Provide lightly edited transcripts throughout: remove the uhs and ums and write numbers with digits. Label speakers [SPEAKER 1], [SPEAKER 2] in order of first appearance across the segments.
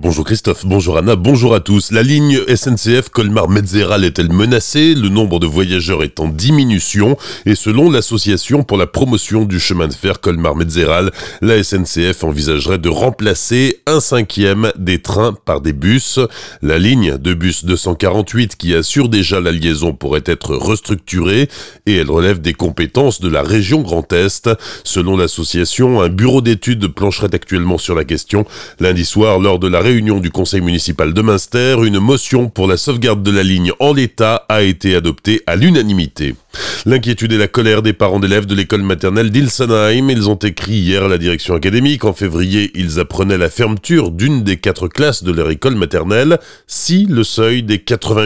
[SPEAKER 1] Bonjour Christophe, bonjour Anna, bonjour à tous. La ligne SNCF Colmar-Metzeral est-elle menacée? Le nombre de voyageurs est en diminution et selon l'association pour la promotion du chemin de fer Colmar-Metzeral, la SNCF envisagerait de remplacer 1/5 des trains par des bus. La ligne de bus 248 qui assure déjà la liaison pourrait être restructurée et elle relève des compétences de la région Grand Est. Selon l'association, un bureau d'études plancherait actuellement sur la question. Lundi soir, lors de la réunion du conseil municipal de Münster, une motion pour la sauvegarde de la ligne en l'état a été adoptée à l'unanimité. L'inquiétude et la colère des parents d'élèves de l'école maternelle d'Ilsenheim. Ils ont écrit hier à la direction académique. En février, ils apprenaient la fermeture d'une des 4 classes de leur école maternelle si le seuil des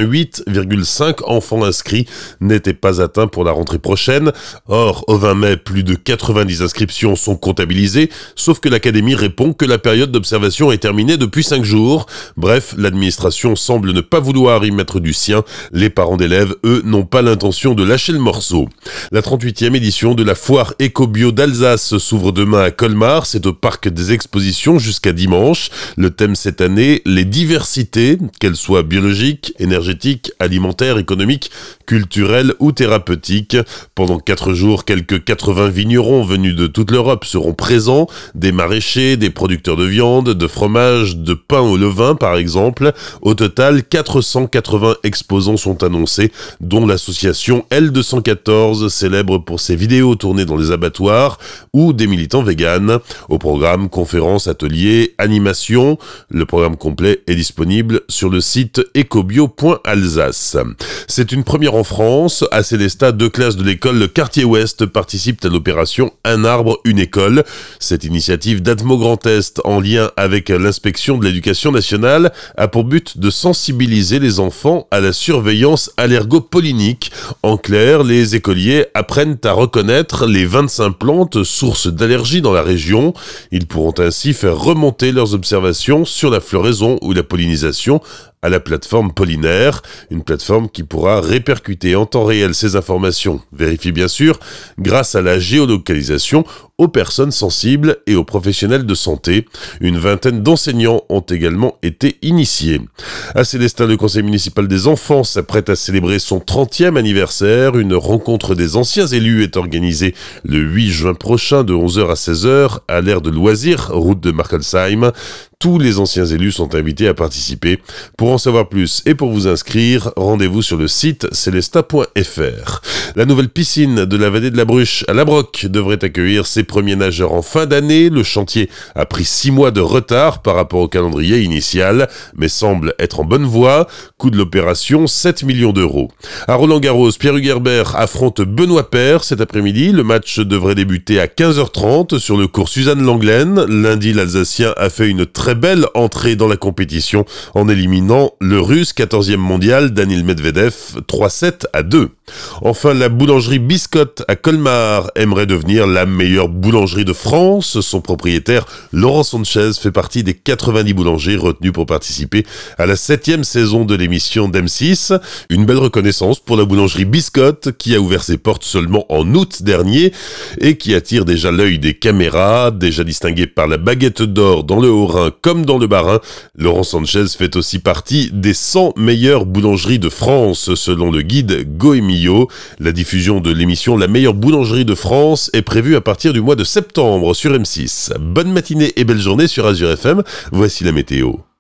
[SPEAKER 1] 88,5 enfants inscrits n'était pas atteint pour la rentrée prochaine. Or, au 20 mai, plus de 90 inscriptions sont comptabilisées, sauf que l'académie répond que la période d'observation est terminée depuis 5 jours. Bref, l'administration semble ne pas vouloir y mettre du sien. Les parents d'élèves, eux, n'ont pas l'intention de lâcher le morceau. La 38e édition de la foire éco-bio d'Alsace s'ouvre demain à Colmar. C'est au parc des expositions jusqu'à dimanche. Le thème cette année, les diversités, qu'elles soient biologiques, énergétiques, alimentaires, économiques, culturelles ou thérapeutiques. Pendant 4 jours, quelques 80 vignerons venus de toute l'Europe seront présents. Des maraîchers, des producteurs de viande, de fromage, de pain au levain par exemple. Au total, 480 exposants sont annoncés, dont l'association L214, célèbre pour ses vidéos tournées dans les abattoirs, ou des militants véganes. Au programme, conférences, ateliers, animations. Le programme complet est disponible sur le site ecobio.alsace. C'est une première en France. À Célestat, 2 classes de l'école Le Quartier Ouest participent à l'opération Un arbre, une école. Cette initiative d'Atmo Grand Est, en lien avec l'inspection de l'éducation nationale, a pour but de sensibiliser les enfants à la surveillance allergopollinique. En clair, les écoliers apprennent à reconnaître les 25 plantes sources d'allergies dans la région. Ils pourront ainsi faire remonter leurs observations sur la floraison ou la pollinisation à la plateforme Pollinaire, une plateforme qui pourra répercuter en temps réel ces informations. Vérifiez bien sûr, grâce à la géolocalisation, aux personnes sensibles et aux professionnels de santé. Une vingtaine d'enseignants ont également été initiés. À Célestat, le conseil municipal des enfants s'apprête à célébrer son 30e anniversaire. Une rencontre des anciens élus est organisée le 8 juin prochain de 11h à 16h à l'aire de loisirs, route de Markelsheim. Tous les anciens élus sont invités à participer. Pour en savoir plus et pour vous inscrire, rendez-vous sur le site celesta.fr. La nouvelle piscine de la vallée de la Bruche à La Broque devrait accueillir ses premiers nageurs en fin d'année. Le chantier a pris 6 mois de retard par rapport au calendrier initial, mais semble être en bonne voie. Coût de l'opération, 7 millions d'euros. À Roland-Garros, Pierre Hugerbert affronte Benoît Paire cet après-midi. Le match devrait débuter à 15h30 sur le cours Suzanne Langlaine. Lundi, l'Alsacien a fait une très belle entrée dans la compétition en éliminant le Russe 14e mondial Daniil Medvedev 3-7-2. Enfin, la boulangerie Biscotte à Colmar aimerait devenir la meilleure boulangerie de France. Son propriétaire, Laurent Sanchez, fait partie des 90 boulangers retenus pour participer à la 7e saison de l'émission d'M6. Une belle reconnaissance pour la boulangerie Biscotte qui a ouvert ses portes seulement en août dernier et qui attire déjà l'œil des caméras. Déjà distinguée par la baguette d'or dans le Haut-Rhin comme dans le Bas-Rhin, Laurent Sanchez fait aussi partie des 100 meilleures boulangeries de France selon le guide Goemio. La diffusion de l'émission La meilleure boulangerie de France est prévue à partir du mois de septembre sur M6. Bonne matinée et belle journée sur Azure FM, voici la météo.